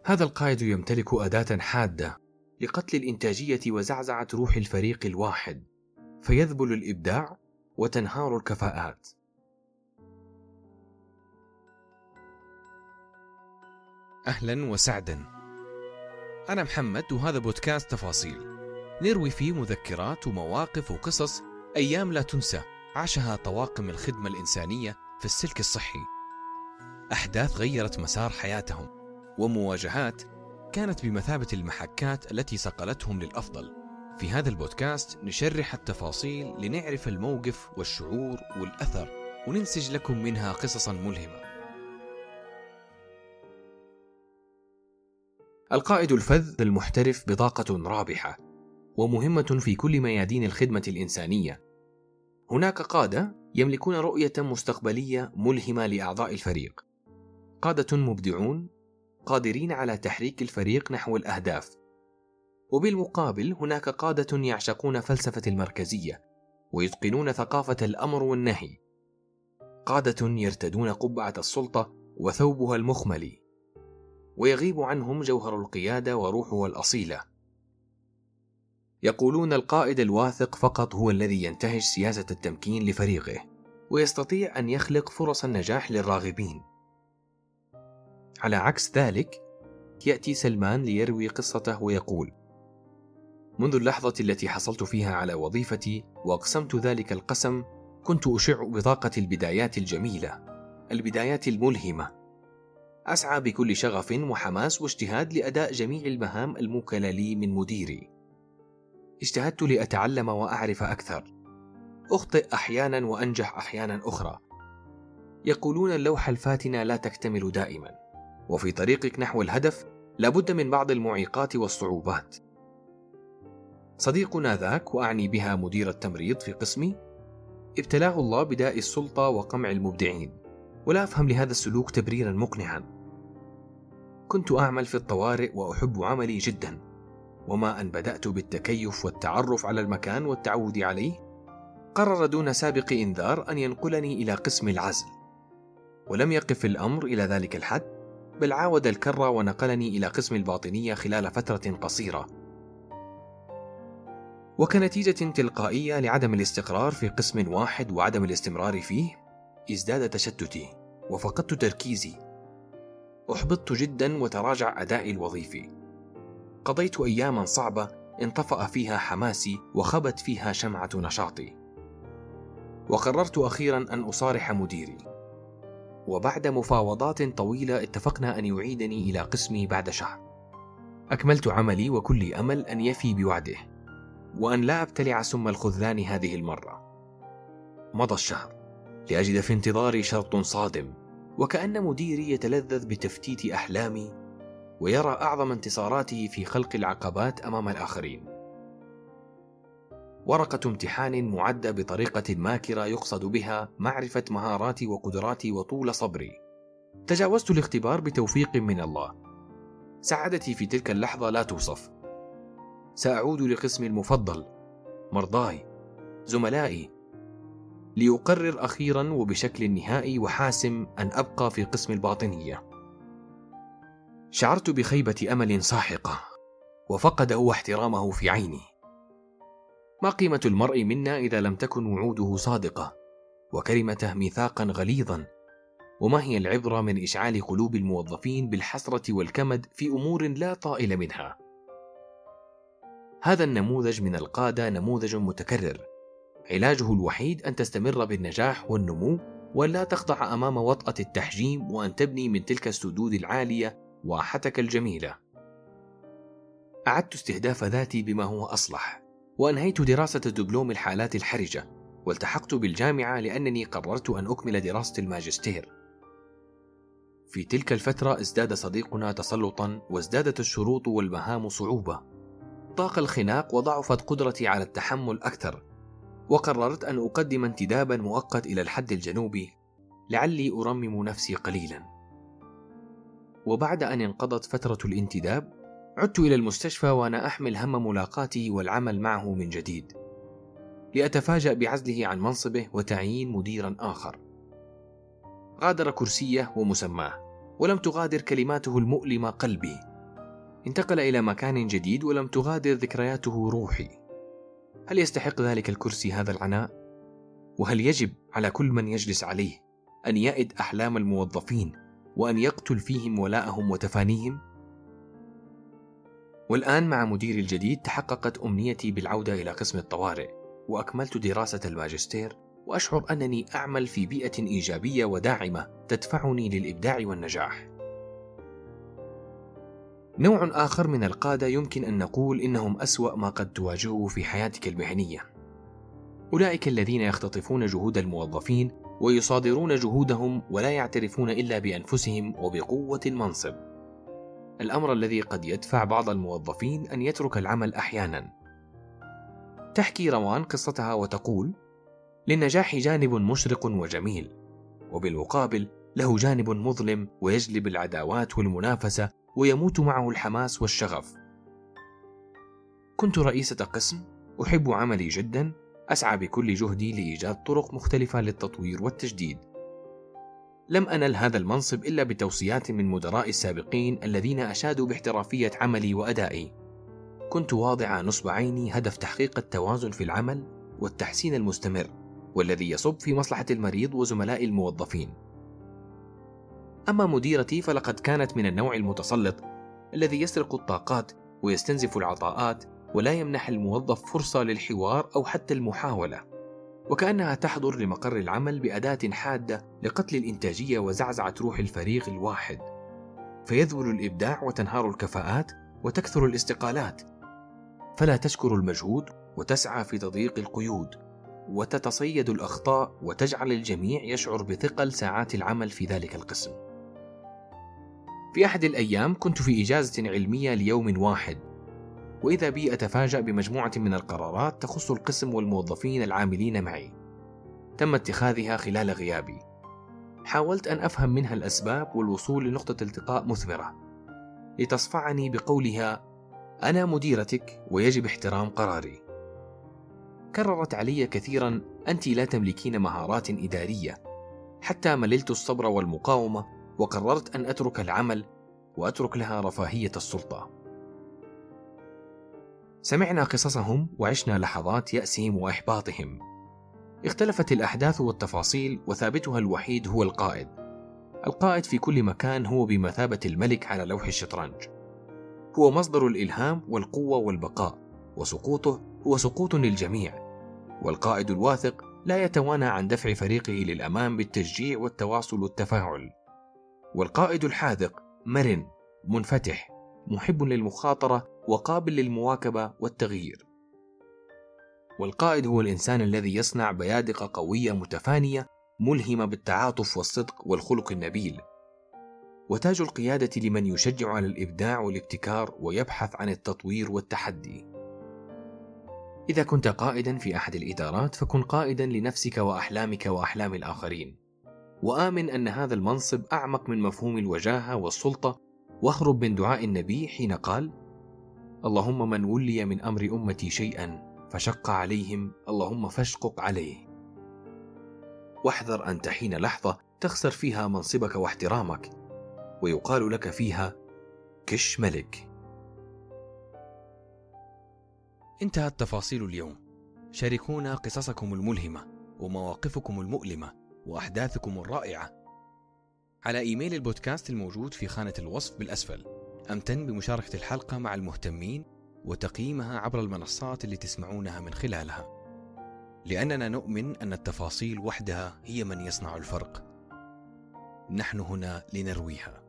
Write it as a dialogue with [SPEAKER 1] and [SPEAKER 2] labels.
[SPEAKER 1] هذا القائد يمتلك أداة حادة لقتل الإنتاجية وزعزعة روح الفريق الواحد، فيذبل الإبداع وتنهار الكفاءات.
[SPEAKER 2] أهلا وسعدا، أنا محمد وهذا بودكاست تفاصيل، نروي فيه مذكرات ومواقف وقصص أيام لا تنسى عاشها طواقم الخدمة الإنسانية في السلك الصحي، أحداث غيرت مسار حياتهم ومواجهات كانت بمثابة المحكات التي صقلتهم للأفضل. في هذا البودكاست نشرح التفاصيل لنعرف الموقف والشعور والأثر، وننسج لكم منها قصصا ملهمة.
[SPEAKER 1] القائد الفذ المحترف بطاقة رابحة ومهمة في كل ميادين الخدمة الإنسانية. هناك قادة يملكون رؤية مستقبلية ملهمة لأعضاء الفريق، قادة مبدعون قادرين على تحريك الفريق نحو الأهداف. وبالمقابل هناك قادة يعشقون فلسفة المركزية ويتقنون ثقافة الأمر والنهي، قادة يرتدون قبعة السلطة وثوبها المخملي، ويغيب عنهم جوهر القيادة وروحها الأصيلة. يقولون القائد الواثق فقط هو الذي ينتهج سياسة التمكين لفريقه ويستطيع أن يخلق فرص النجاح للراغبين. على عكس ذلك يأتي سلمان ليروي قصته ويقول: منذ اللحظة التي حصلت فيها على وظيفتي وأقسمت ذلك القسم، كنت أشع بطاقة البدايات الجميلة، البدايات الملهمة. أسعى بكل شغف وحماس واجتهاد لأداء جميع المهام الموكلة لي من مديري. اجتهدت لأتعلم وأعرف أكثر، أخطئ أحيانا وأنجح أحيانا أخرى. يقولون اللوحة الفاتنة لا تكتمل دائما، وفي طريقك نحو الهدف لابد من بعض المعيقات والصعوبات. صديقنا ذاك، وأعني بها مدير التمريض في قسمي، ابتلاه الله بداء السلطة وقمع المبدعين، ولا أفهم لهذا السلوك تبريرا مقنعا. كنت أعمل في الطوارئ وأحب عملي جدا، وما أن بدأت بالتكيف والتعرف على المكان والتعود عليه، قرر دون سابق إنذار أن ينقلني إلى قسم العزل. ولم يقف الأمر إلى ذلك الحد، بل عاود الكرة ونقلني إلى قسم الباطنية خلال فترة قصيرة. وكنتيجة تلقائية لعدم الاستقرار في قسم واحد وعدم الاستمرار فيه، ازداد تشتتي وفقدت تركيزي. أحبطت جدا وتراجع أدائي الوظيفي. قضيت أياما صعبة انطفأ فيها حماسي وخبت فيها شمعة نشاطي. وقررت أخيرا أن أصارح مديري، وبعد مفاوضات طويلة اتفقنا أن يعيدني إلى قسمي بعد شهر. أكملت عملي وكل أمل أن يفي بوعده، وأن لا أبتلع سم الخذلان هذه المرة. مضى الشهر لأجد في انتظاري شرط صادم، وكأن مديري يتلذذ بتفتيت أحلامي ويرى أعظم انتصاراته في خلق العقبات أمام الآخرين. ورقة امتحان معدة بطريقة ماكرة يقصد بها معرفة مهاراتي وقدراتي وطول صبري. تجاوزت الاختبار بتوفيق من الله. سعادتي في تلك اللحظة لا توصف. سأعود لقسمي المفضل، مرضاي، زملائي، ليقرر أخيرا وبشكل نهائي وحاسم أن أبقى في قسم الباطنية. شعرت بخيبة أمل ساحقة، وفقده احترامه في عيني. ما قيمة المرء منا إذا لم تكن وعوده صادقة وكلمته ميثاقا غليظا؟ وما هي العبرة من إشعال قلوب الموظفين بالحسرة والكمد في أمور لا طائل منها؟ هذا النموذج من القادة نموذج متكرر، علاجه الوحيد أن تستمر بالنجاح والنمو، ولا تخضع أمام وطأة التحجيم، وأن تبني من تلك السدود العالية واحتك الجميلة. أعدت استهداف ذاتي بما هو أصلح، وأنهيت دراسة دبلوم الحالات الحرجة، والتحقت بالجامعة لأنني قررت أن أكمل دراسة الماجستير. في تلك الفترة ازداد صديقنا تسلطا، وازدادت الشروط والمهام صعوبة. طاق الخناق وضعفت قدرتي على التحمل أكثر، وقررت أن أقدم انتدابا مؤقت إلى الحد الجنوبي لعلي أرمم نفسي قليلا. وبعد أن انقضت فترة الانتداب عدت إلى المستشفى وأنا أحمل هم ملاقاته والعمل معه من جديد، لأتفاجأ بعزله عن منصبه وتعيين مديرا آخر. غادر كرسيه ومسماه، ولم تغادر كلماته المؤلمة قلبي. انتقل إلى مكان جديد ولم تغادر ذكرياته روحي. هل يستحق ذلك الكرسي هذا العناء؟ وهل يجب على كل من يجلس عليه أن يئد أحلام الموظفين وأن يقتل فيهم ولاءهم وتفانيهم؟ والآن مع مديري الجديد تحققت أمنيتي بالعودة إلى قسم الطوارئ، وأكملت دراسة الماجستير، وأشعر أنني أعمل في بيئة إيجابية وداعمة تدفعني للإبداع والنجاح. نوع آخر من القادة يمكن أن نقول إنهم أسوأ ما قد تواجهه في حياتك المهنية. أولئك الذين يختطفون جهود الموظفين ويصادرون جهودهم ولا يعترفون إلا بأنفسهم وبقوة المنصب. الأمر الذي قد يدفع بعض الموظفين أن يترك العمل أحيانا. تحكي روان قصتها وتقول: للنجاح جانب مشرق وجميل، وبالمقابل له جانب مظلم ويجلب العداوات والمنافسة ويموت معه الحماس والشغف. كنت رئيسة قسم، أحب عملي جدا، أسعى بكل جهدي لإيجاد طرق مختلفة للتطوير والتجديد. لم أنل هذا المنصب إلا بتوصيات من مدراء السابقين الذين أشادوا باحترافية عملي وأدائي. كنت واضعة نصب عيني هدف تحقيق التوازن في العمل والتحسين المستمر، والذي يصب في مصلحة المريض وزملاء الموظفين. أما مديرتي فلقد كانت من النوع المتسلط الذي يسرق الطاقات ويستنزف العطاءات ولا يمنح الموظف فرصة للحوار أو حتى المحاولة، وكأنها تحضر لمقر العمل بأداة حادة لقتل الإنتاجية وزعزعة روح الفريق الواحد، فيذبل الإبداع وتنهار الكفاءات وتكثر الاستقالات، فلا تشكر المجهود وتسعى في تضييق القيود وتتصيد الأخطاء وتجعل الجميع يشعر بثقل ساعات العمل في ذلك القسم. في أحد الأيام كنت في إجازة علمية ليوم واحد، وإذا بي أتفاجأ بمجموعة من القرارات تخص القسم والموظفين العاملين معي، تم اتخاذها خلال غيابي. حاولت أن أفهم منها الأسباب والوصول لنقطة التقاء مثمرة، لتصفعني بقولها: أنا مديرتك ويجب احترام قراري. كررت علي كثيرا: أنت لا تملكين مهارات إدارية. حتى مللت الصبر والمقاومة، وقررت أن أترك العمل وأترك لها رفاهية السلطة. سمعنا قصصهم وعشنا لحظات يأسهم وإحباطهم. اختلفت الأحداث والتفاصيل، وثابتها الوحيد هو القائد. القائد في كل مكان هو بمثابة الملك على لوح الشطرنج، هو مصدر الإلهام والقوة والبقاء، وسقوطه هو سقوط للجميع. والقائد الواثق لا يتوانى عن دفع فريقه للأمام بالتشجيع والتواصل والتفاعل. والقائد الحاذق مرن، منفتح، محب للمخاطرة وقابل للمواكبة والتغيير. والقائد هو الإنسان الذي يصنع بيادق قوية متفانية ملهمة بالتعاطف والصدق والخلق النبيل. وتاج القيادة لمن يشجع على الإبداع والابتكار ويبحث عن التطوير والتحدي. إذا كنت قائدا في أحد الإدارات فكن قائدا لنفسك وأحلامك وأحلام الآخرين، وآمن أن هذا المنصب أعمق من مفهوم الوجاهة والسلطة، واهرب من دعاء النبي حين قال: اللهم من ولي من أمر أمتي شيئا فشق عليهم اللهم فاشقق عليه. واحذر أن تحين لحظة تخسر فيها منصبك واحترامك، ويقال لك فيها: كش ملك.
[SPEAKER 2] انتهت تفاصيل اليوم. شاركونا قصصكم الملهمة ومواقفكم المؤلمة وأحداثكم الرائعة على إيميل البودكاست الموجود في خانة الوصف بالأسفل. أمتن بمشاركة الحلقة مع المهتمين وتقييمها عبر المنصات اللي تسمعونها من خلالها، لأننا نؤمن أن التفاصيل وحدها هي من يصنع الفرق. نحن هنا لنرويها.